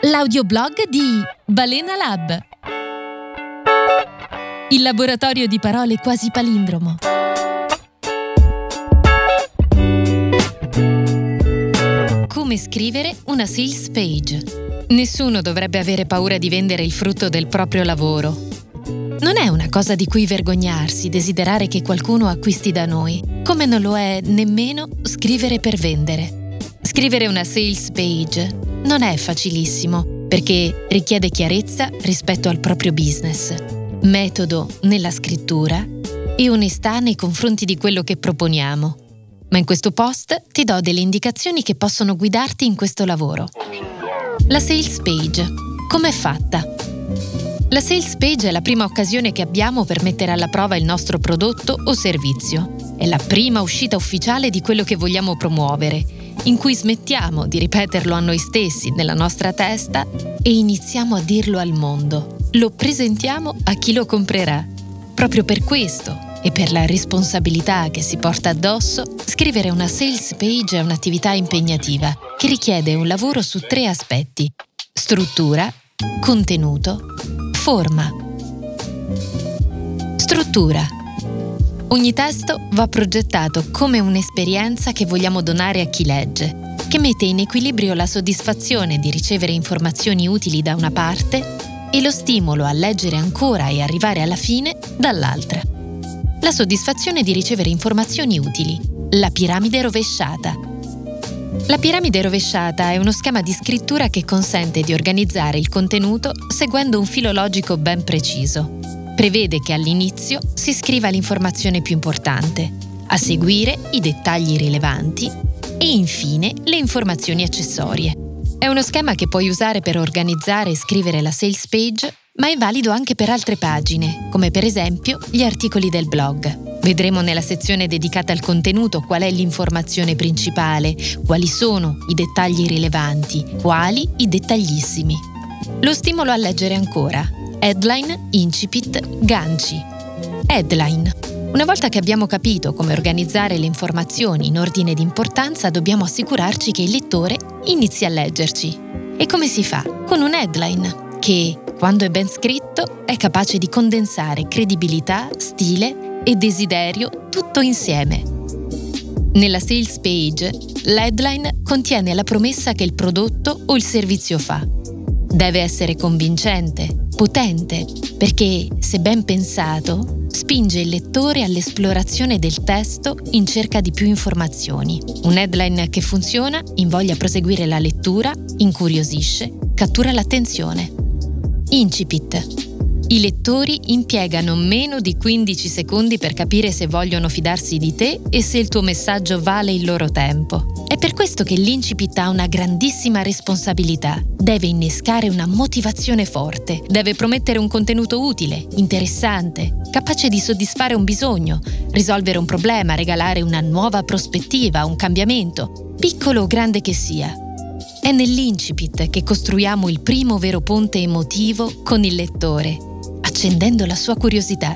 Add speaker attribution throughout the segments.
Speaker 1: L'audioblog di Balena Lab. Il laboratorio di parole quasi palindromo. Come scrivere una sales page. Nessuno dovrebbe avere paura di vendere il frutto del proprio lavoro. Non è una cosa di cui vergognarsi desiderare che qualcuno acquisti da noi, come non lo è nemmeno scrivere per vendere. Scrivere una sales page non è facilissimo, perché richiede chiarezza rispetto al proprio business, metodo nella scrittura e onestà nei confronti di quello che proponiamo. Ma in questo post ti do delle indicazioni che possono guidarti in questo lavoro. La sales page. Com'è fatta? La sales page è la prima occasione che abbiamo per mettere alla prova il nostro prodotto o servizio. È la prima uscita ufficiale di quello che vogliamo promuovere, in cui smettiamo di ripeterlo a noi stessi nella nostra testa e iniziamo a dirlo al mondo. Lo presentiamo a chi lo comprerà. Proprio per questo e per la responsabilità che si porta addosso, scrivere una sales page è un'attività impegnativa che richiede un lavoro su 3 aspetti: struttura, contenuto, forma. Struttura. Ogni testo va progettato come un'esperienza che vogliamo donare a chi legge, che mette in equilibrio la soddisfazione di ricevere informazioni utili da una parte e lo stimolo a leggere ancora e arrivare alla fine dall'altra. La soddisfazione di ricevere informazioni utili, la piramide rovesciata. La piramide rovesciata è uno schema di scrittura che consente di organizzare il contenuto seguendo un filo logico ben preciso. Prevede che all'inizio si scriva l'informazione più importante, a seguire i dettagli rilevanti e infine le informazioni accessorie. È uno schema che puoi usare per organizzare e scrivere la sales page, ma è valido anche per altre pagine, come per esempio gli articoli del blog. Vedremo nella sezione dedicata al contenuto qual è l'informazione principale, quali sono i dettagli rilevanti, quali i dettaglissimi. Lo stimolo a leggere ancora. Headline, incipit, ganci. Headline. Una volta che abbiamo capito come organizzare le informazioni in ordine di importanza, dobbiamo assicurarci che il lettore inizi a leggerci. E come si fa? Con un headline, che, quando è ben scritto, è capace di condensare credibilità, stile e desiderio tutto insieme. Nella sales page, l'headline contiene la promessa che il prodotto o il servizio fa. Deve essere convincente, potente, perché, se ben pensato, spinge il lettore all'esplorazione del testo in cerca di più informazioni. Un headline che funziona invoglia a proseguire la lettura, incuriosisce, cattura l'attenzione. Incipit. I lettori impiegano meno di 15 secondi per capire se vogliono fidarsi di te e se il tuo messaggio vale il loro tempo. È per questo che l'incipit ha una grandissima responsabilità. Deve innescare una motivazione forte, deve promettere un contenuto utile, interessante, capace di soddisfare un bisogno, risolvere un problema, regalare una nuova prospettiva, un cambiamento, piccolo o grande che sia. È nell'incipit che costruiamo il primo vero ponte emotivo con il lettore, accendendo la sua curiosità.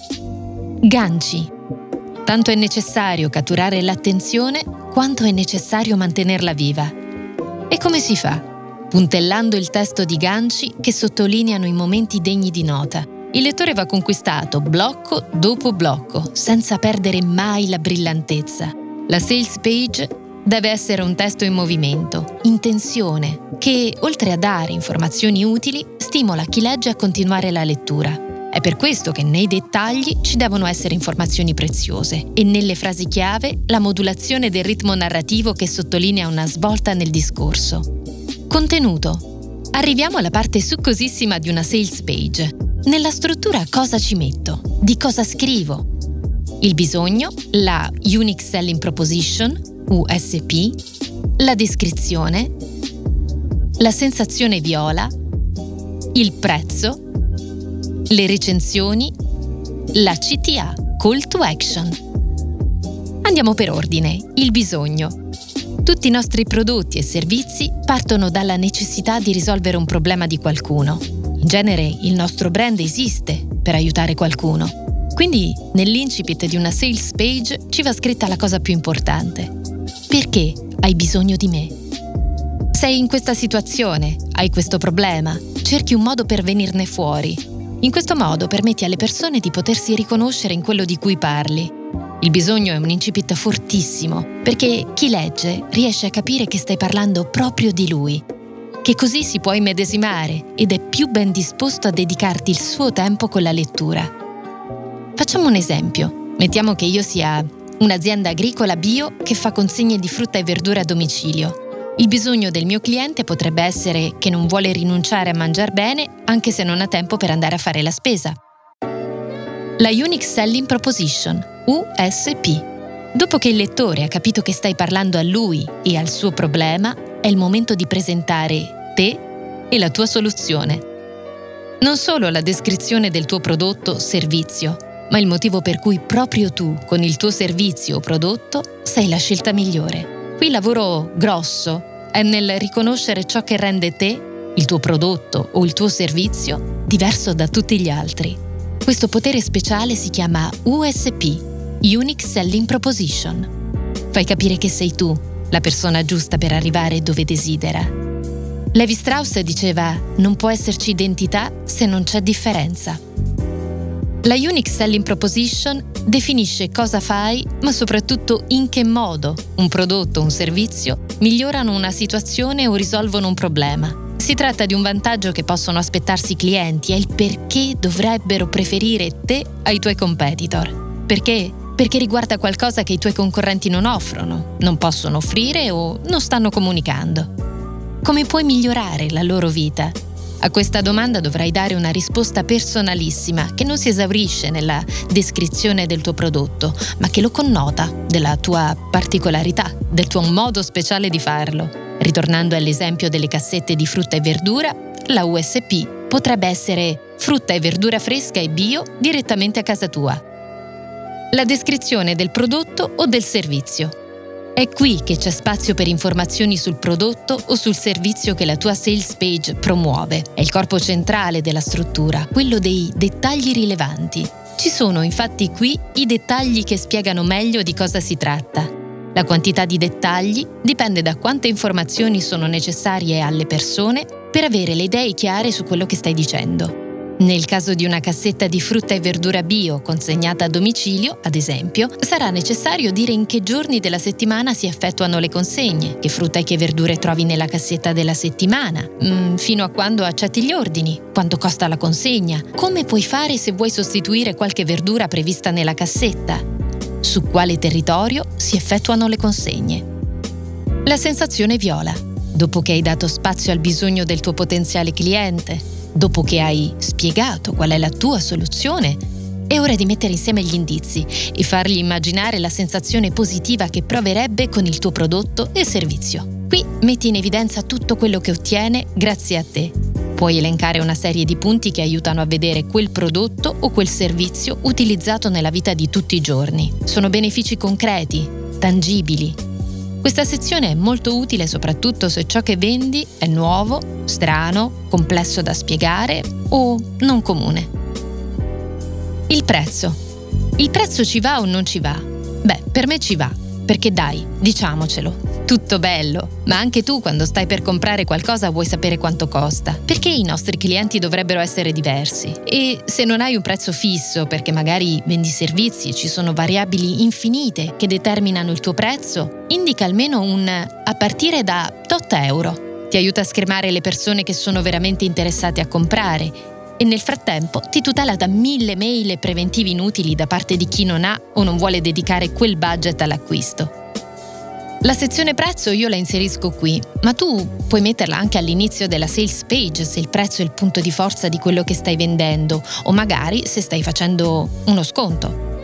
Speaker 1: Ganci. Tanto è necessario catturare l'attenzione quanto è necessario mantenerla viva. E come si fa? Puntellando il testo di ganci che sottolineano i momenti degni di nota. Il lettore va conquistato blocco dopo blocco, senza perdere mai la brillantezza. La sales page deve essere un testo in movimento, in tensione, che, oltre a dare informazioni utili, stimola chi legge a continuare la lettura. È per questo che nei dettagli ci devono essere informazioni preziose e nelle frasi chiave la modulazione del ritmo narrativo che sottolinea una svolta nel discorso. Contenuto. Arriviamo alla parte succosissima di una sales page. Nella struttura cosa ci metto? Di cosa scrivo? Il bisogno, la Unique Selling Proposition, USP, la descrizione, la sensazione viola, il prezzo, le recensioni, la CTA, Call to Action. Andiamo per ordine. Il bisogno. Tutti i nostri prodotti e servizi partono dalla necessità di risolvere un problema di qualcuno. In genere il nostro brand esiste per aiutare qualcuno. Quindi nell'incipit di una sales page ci va scritta la cosa più importante. Perché hai bisogno di me? Sei in questa situazione, hai questo problema, cerchi un modo per venirne fuori. In questo modo permetti alle persone di potersi riconoscere in quello di cui parli. Il bisogno è un incipit fortissimo, perché chi legge riesce a capire che stai parlando proprio di lui, che così si può immedesimare ed è più ben disposto a dedicarti il suo tempo con la lettura. Facciamo un esempio. Mettiamo che io sia un'azienda agricola bio che fa consegne di frutta e verdura a domicilio. Il bisogno del mio cliente potrebbe essere che non vuole rinunciare a mangiar bene anche se non ha tempo per andare a fare la spesa. La Unique Selling Proposition, USP. Dopo che il lettore ha capito che stai parlando a lui e al suo problema, è il momento di presentare te e la tua soluzione. Non solo la descrizione del tuo prodotto o servizio, ma il motivo per cui proprio tu, con il tuo servizio o prodotto, sei la scelta migliore. Qui il lavoro grosso è nel riconoscere ciò che rende te, il tuo prodotto o il tuo servizio, diverso da tutti gli altri. Questo potere speciale si chiama USP, Unique Selling Proposition. Fai capire che sei tu, la persona giusta per arrivare dove desidera. Levi Strauss diceva: non può esserci identità se non c'è differenza. La Unique Selling Proposition definisce cosa fai, ma soprattutto in che modo un prodotto o un servizio migliorano una situazione o risolvono un problema. Si tratta di un vantaggio che possono aspettarsi i clienti e il perché dovrebbero preferire te ai tuoi competitor. Perché? Perché riguarda qualcosa che i tuoi concorrenti non offrono, non possono offrire o non stanno comunicando. Come puoi migliorare la loro vita? A questa domanda dovrai dare una risposta personalissima che non si esaurisce nella descrizione del tuo prodotto, ma che lo connota della tua particolarità, del tuo modo speciale di farlo. Ritornando all'esempio delle cassette di frutta e verdura, la USP potrebbe essere frutta e verdura fresca e bio direttamente a casa tua. La descrizione del prodotto o del servizio. È qui che c'è spazio per informazioni sul prodotto o sul servizio che la tua sales page promuove. È il corpo centrale della struttura, quello dei dettagli rilevanti. Ci sono infatti qui i dettagli che spiegano meglio di cosa si tratta. La quantità di dettagli dipende da quante informazioni sono necessarie alle persone per avere le idee chiare su quello che stai dicendo. Nel caso di una cassetta di frutta e verdura bio consegnata a domicilio, ad esempio, sarà necessario dire in che giorni della settimana si effettuano le consegne, che frutta e che verdure trovi nella cassetta della settimana, fino a quando accetti gli ordini, quanto costa la consegna, come puoi fare se vuoi sostituire qualche verdura prevista nella cassetta, su quale territorio si effettuano le consegne. La sensazione viola. Dopo che hai dato spazio al bisogno del tuo potenziale cliente, dopo che hai spiegato qual è la tua soluzione, è ora di mettere insieme gli indizi e fargli immaginare la sensazione positiva che proverebbe con il tuo prodotto e servizio. Qui metti in evidenza tutto quello che ottiene grazie a te. Puoi elencare una serie di punti che aiutano a vedere quel prodotto o quel servizio utilizzato nella vita di tutti i giorni. Sono benefici concreti, tangibili. Questa sezione è molto utile soprattutto se ciò che vendi è nuovo, strano, complesso da spiegare o non comune. Il prezzo. Il prezzo ci va o non ci va? Beh, per me ci va, perché dai, diciamocelo, tutto bello, ma anche tu quando stai per comprare qualcosa vuoi sapere quanto costa, perché i nostri clienti dovrebbero essere diversi. E se non hai un prezzo fisso, perché magari vendi servizi e ci sono variabili infinite che determinano il tuo prezzo, indica almeno un a partire da €8. Ti aiuta a schermare le persone che sono veramente interessate a comprare e nel frattempo ti tutela da 1000 mail e preventivi inutili da parte di chi non ha o non vuole dedicare quel budget all'acquisto. La sezione prezzo io la inserisco qui, ma tu puoi metterla anche all'inizio della sales page se il prezzo è il punto di forza di quello che stai vendendo o magari se stai facendo uno sconto.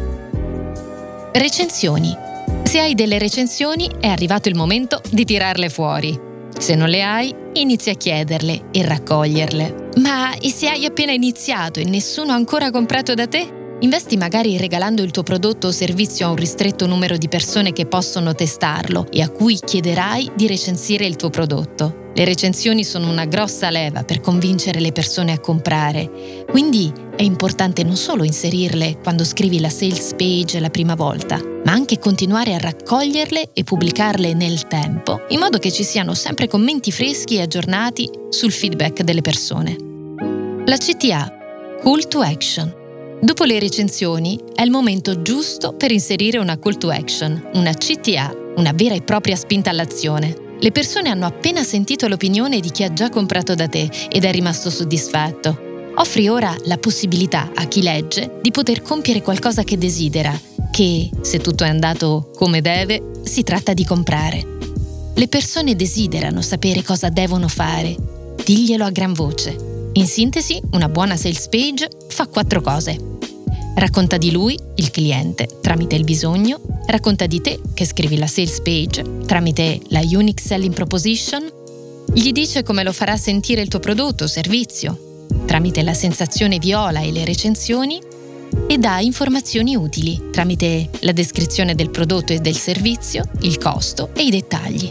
Speaker 1: Recensioni. Se hai delle recensioni è arrivato il momento di tirarle fuori. Se non le hai, inizia a chiederle e raccoglierle. Ma e se hai appena iniziato e nessuno ha ancora comprato da te? Investi magari regalando il tuo prodotto o servizio a un ristretto numero di persone che possono testarlo e a cui chiederai di recensire il tuo prodotto. Le recensioni sono una grossa leva per convincere le persone a comprare, quindi è importante non solo inserirle quando scrivi la sales page la prima volta, ma anche continuare a raccoglierle e pubblicarle nel tempo, in modo che ci siano sempre commenti freschi e aggiornati sul feedback delle persone. La CTA, Call to Action. Dopo le recensioni è il momento giusto per inserire una Call to Action, una CTA, una vera e propria spinta all'azione. Le persone hanno appena sentito l'opinione di chi ha già comprato da te ed è rimasto soddisfatto. Offri ora la possibilità a chi legge di poter compiere qualcosa che desidera, che, se tutto è andato come deve, si tratta di comprare. Le persone desiderano sapere cosa devono fare. Diglielo a gran voce. In sintesi, una buona sales page fa 4 cose. Racconta di lui, il cliente, tramite il bisogno. Racconta di te, che scrivi la sales page, tramite la Unique Selling Proposition. Gli dice come lo farà sentire il tuo prodotto o servizio, tramite la sensazione viola e le recensioni. E dà informazioni utili, tramite la descrizione del prodotto e del servizio, il costo e i dettagli.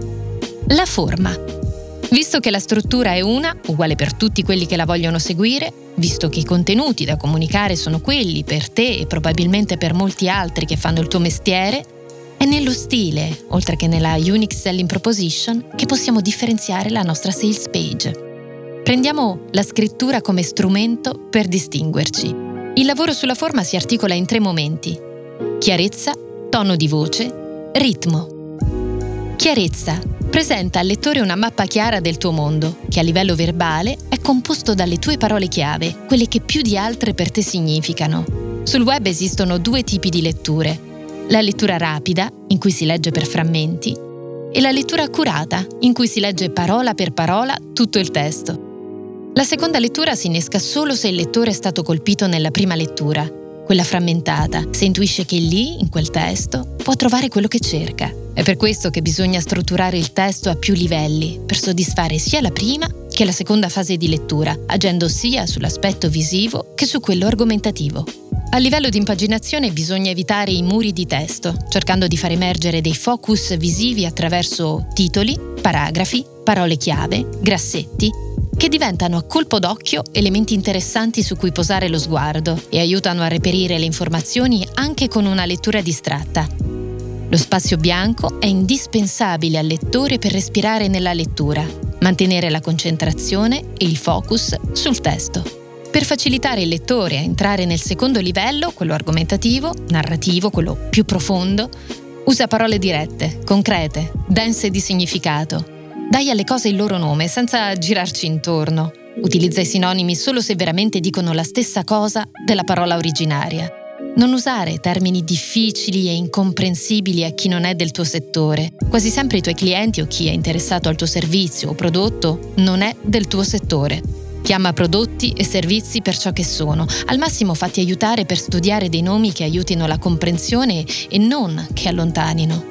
Speaker 1: La forma. Visto che la struttura è una, uguale per tutti quelli che la vogliono seguire, visto che i contenuti da comunicare sono quelli per te e probabilmente per molti altri che fanno il tuo mestiere, è nello stile, oltre che nella Unique Selling Proposition, che possiamo differenziare la nostra sales page. Prendiamo la scrittura come strumento per distinguerci. Il lavoro sulla forma si articola in 3 momenti: chiarezza, tono di voce, ritmo. Chiarezza. Presenta al lettore una mappa chiara del tuo mondo, che a livello verbale è composto dalle tue parole chiave, quelle che più di altre per te significano. Sul web esistono 2 tipi di letture: la lettura rapida, in cui si legge per frammenti, e la lettura accurata, in cui si legge parola per parola tutto il testo. La seconda lettura si innesca solo se il lettore è stato colpito nella prima lettura, quella frammentata, se intuisce che lì, in quel testo, può trovare quello che cerca. È per questo che bisogna strutturare il testo a più livelli, per soddisfare sia la prima che la seconda fase di lettura, agendo sia sull'aspetto visivo che su quello argomentativo. A livello di impaginazione bisogna evitare i muri di testo, cercando di far emergere dei focus visivi attraverso titoli, paragrafi, parole chiave, grassetti, che diventano a colpo d'occhio elementi interessanti su cui posare lo sguardo e aiutano a reperire le informazioni anche con una lettura distratta. Lo spazio bianco è indispensabile al lettore per respirare nella lettura, mantenere la concentrazione e il focus sul testo. Per facilitare il lettore a entrare nel secondo livello, quello argomentativo, narrativo, quello più profondo, usa parole dirette, concrete, dense di significato. Dai alle cose il loro nome senza girarci intorno. Utilizza i sinonimi solo se veramente dicono la stessa cosa della parola originaria. Non usare termini difficili e incomprensibili a chi non è del tuo settore. Quasi sempre i tuoi clienti o chi è interessato al tuo servizio o prodotto non è del tuo settore. Chiama prodotti e servizi per ciò che sono. Al massimo fatti aiutare per studiare dei nomi che aiutino la comprensione e non che allontanino.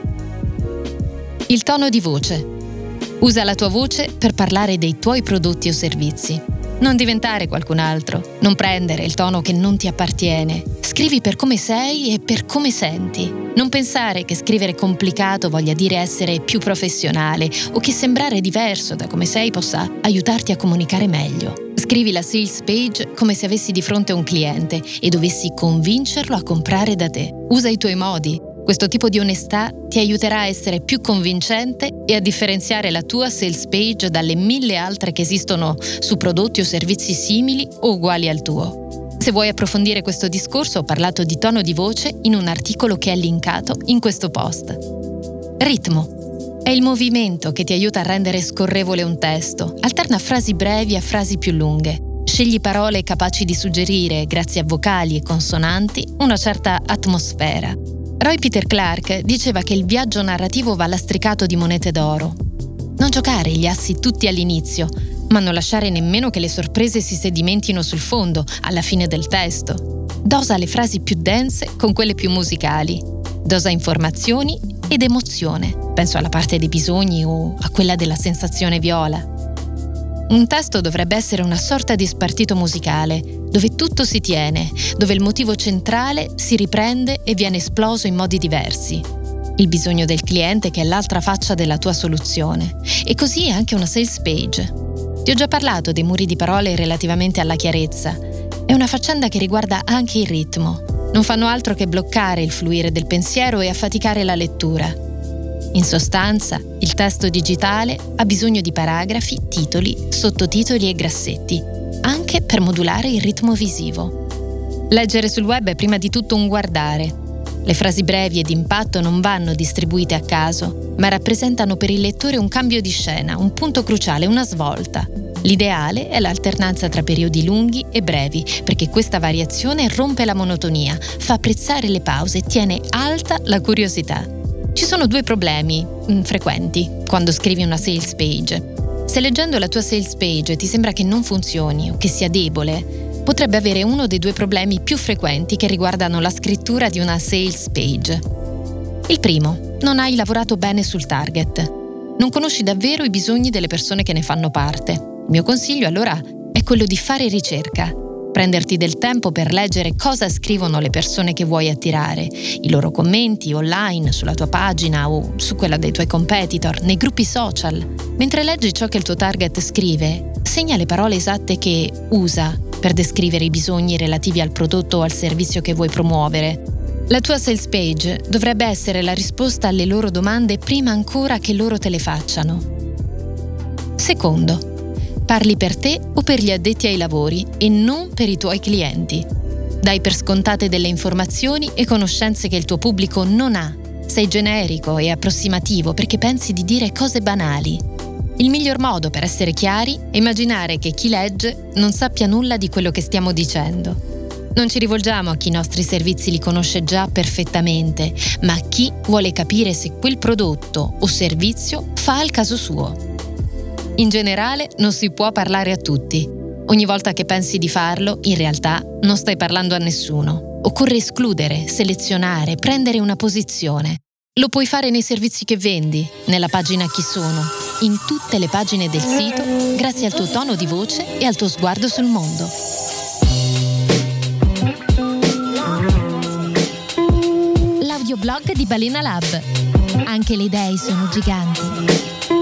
Speaker 1: Il tono di voce. Usa la tua voce per parlare dei tuoi prodotti o servizi. Non diventare qualcun altro, non prendere il tono che non ti appartiene. Scrivi per come sei e per come senti. Non pensare che scrivere complicato voglia dire essere più professionale o che sembrare diverso da come sei possa aiutarti a comunicare meglio. Scrivi la sales page come se avessi di fronte un cliente e dovessi convincerlo a comprare da te. Usa i tuoi modi. Questo tipo di onestà ti aiuterà a essere più convincente e a differenziare la tua sales page dalle 1000 altre che esistono su prodotti o servizi simili o uguali al tuo. Se vuoi approfondire questo discorso, ho parlato di tono di voce in un articolo che è linkato in questo post. Ritmo. È il movimento che ti aiuta a rendere scorrevole un testo. Alterna frasi brevi a frasi più lunghe. Scegli parole capaci di suggerire, grazie a vocali e consonanti, una certa atmosfera. Roy Peter Clark diceva che il viaggio narrativo va lastricato di monete d'oro. Non giocare gli assi tutti all'inizio, ma non lasciare nemmeno che le sorprese si sedimentino sul fondo, alla fine del testo. Dosa le frasi più dense con quelle più musicali. Dosa informazioni ed emozione. Penso alla parte dei bisogni o a quella della sensazione viola. Un testo dovrebbe essere una sorta di spartito musicale, dove tutto si tiene, dove il motivo centrale si riprende e viene esploso in modi diversi. il bisogno del cliente che è l'altra faccia della tua soluzione, e così anche una sales page. Ti ho già parlato dei muri di parole relativamente alla chiarezza. È una faccenda che riguarda anche il ritmo. Non fanno altro che bloccare il fluire del pensiero e affaticare la lettura. In sostanza, il testo digitale ha bisogno di paragrafi, titoli, sottotitoli e grassetti, anche per modulare il ritmo visivo. Leggere sul web è prima di tutto un guardare. Le frasi brevi e d'impatto non vanno distribuite a caso, ma rappresentano per il lettore un cambio di scena, un punto cruciale, una svolta. L'ideale è l'alternanza tra periodi lunghi e brevi, perché questa variazione rompe la monotonia, fa apprezzare le pause e tiene alta la curiosità. Ci sono due problemi frequenti quando scrivi una sales page. Se leggendo la tua sales page ti sembra che non funzioni o che sia debole, potrebbe avere uno dei due problemi più frequenti che riguardano la scrittura di una sales page. Il primo, non hai lavorato bene sul target. Non conosci davvero i bisogni delle persone che ne fanno parte. Il mio consiglio allora è quello di fare ricerca, prenderti del tempo per leggere cosa scrivono le persone che vuoi attirare, i loro commenti online sulla tua pagina o su quella dei tuoi competitor, nei gruppi social. Mentre leggi ciò che il tuo target scrive, segna le parole esatte che usa per descrivere i bisogni relativi al prodotto o al servizio che vuoi promuovere. La tua sales page dovrebbe essere la risposta alle loro domande prima ancora che loro te le facciano. Secondo, parli per te o per gli addetti ai lavori e non per i tuoi clienti. Dai per scontate delle informazioni e conoscenze che il tuo pubblico non ha. Sei generico e approssimativo perché pensi di dire cose banali. Il miglior modo per essere chiari è immaginare che chi legge non sappia nulla di quello che stiamo dicendo. Non ci rivolgiamo a chi i nostri servizi li conosce già perfettamente, ma a chi vuole capire se quel prodotto o servizio fa al caso suo. In generale non si può parlare a tutti. Ogni volta che pensi di farlo, in realtà non stai parlando a nessuno. Occorre escludere, selezionare, prendere una posizione. Lo puoi fare nei servizi che vendi, nella pagina Chi sono, in tutte le pagine del sito, grazie al tuo tono di voce e al tuo sguardo sul mondo. L'audioblog di Balena Lab. Anche le idee sono giganti.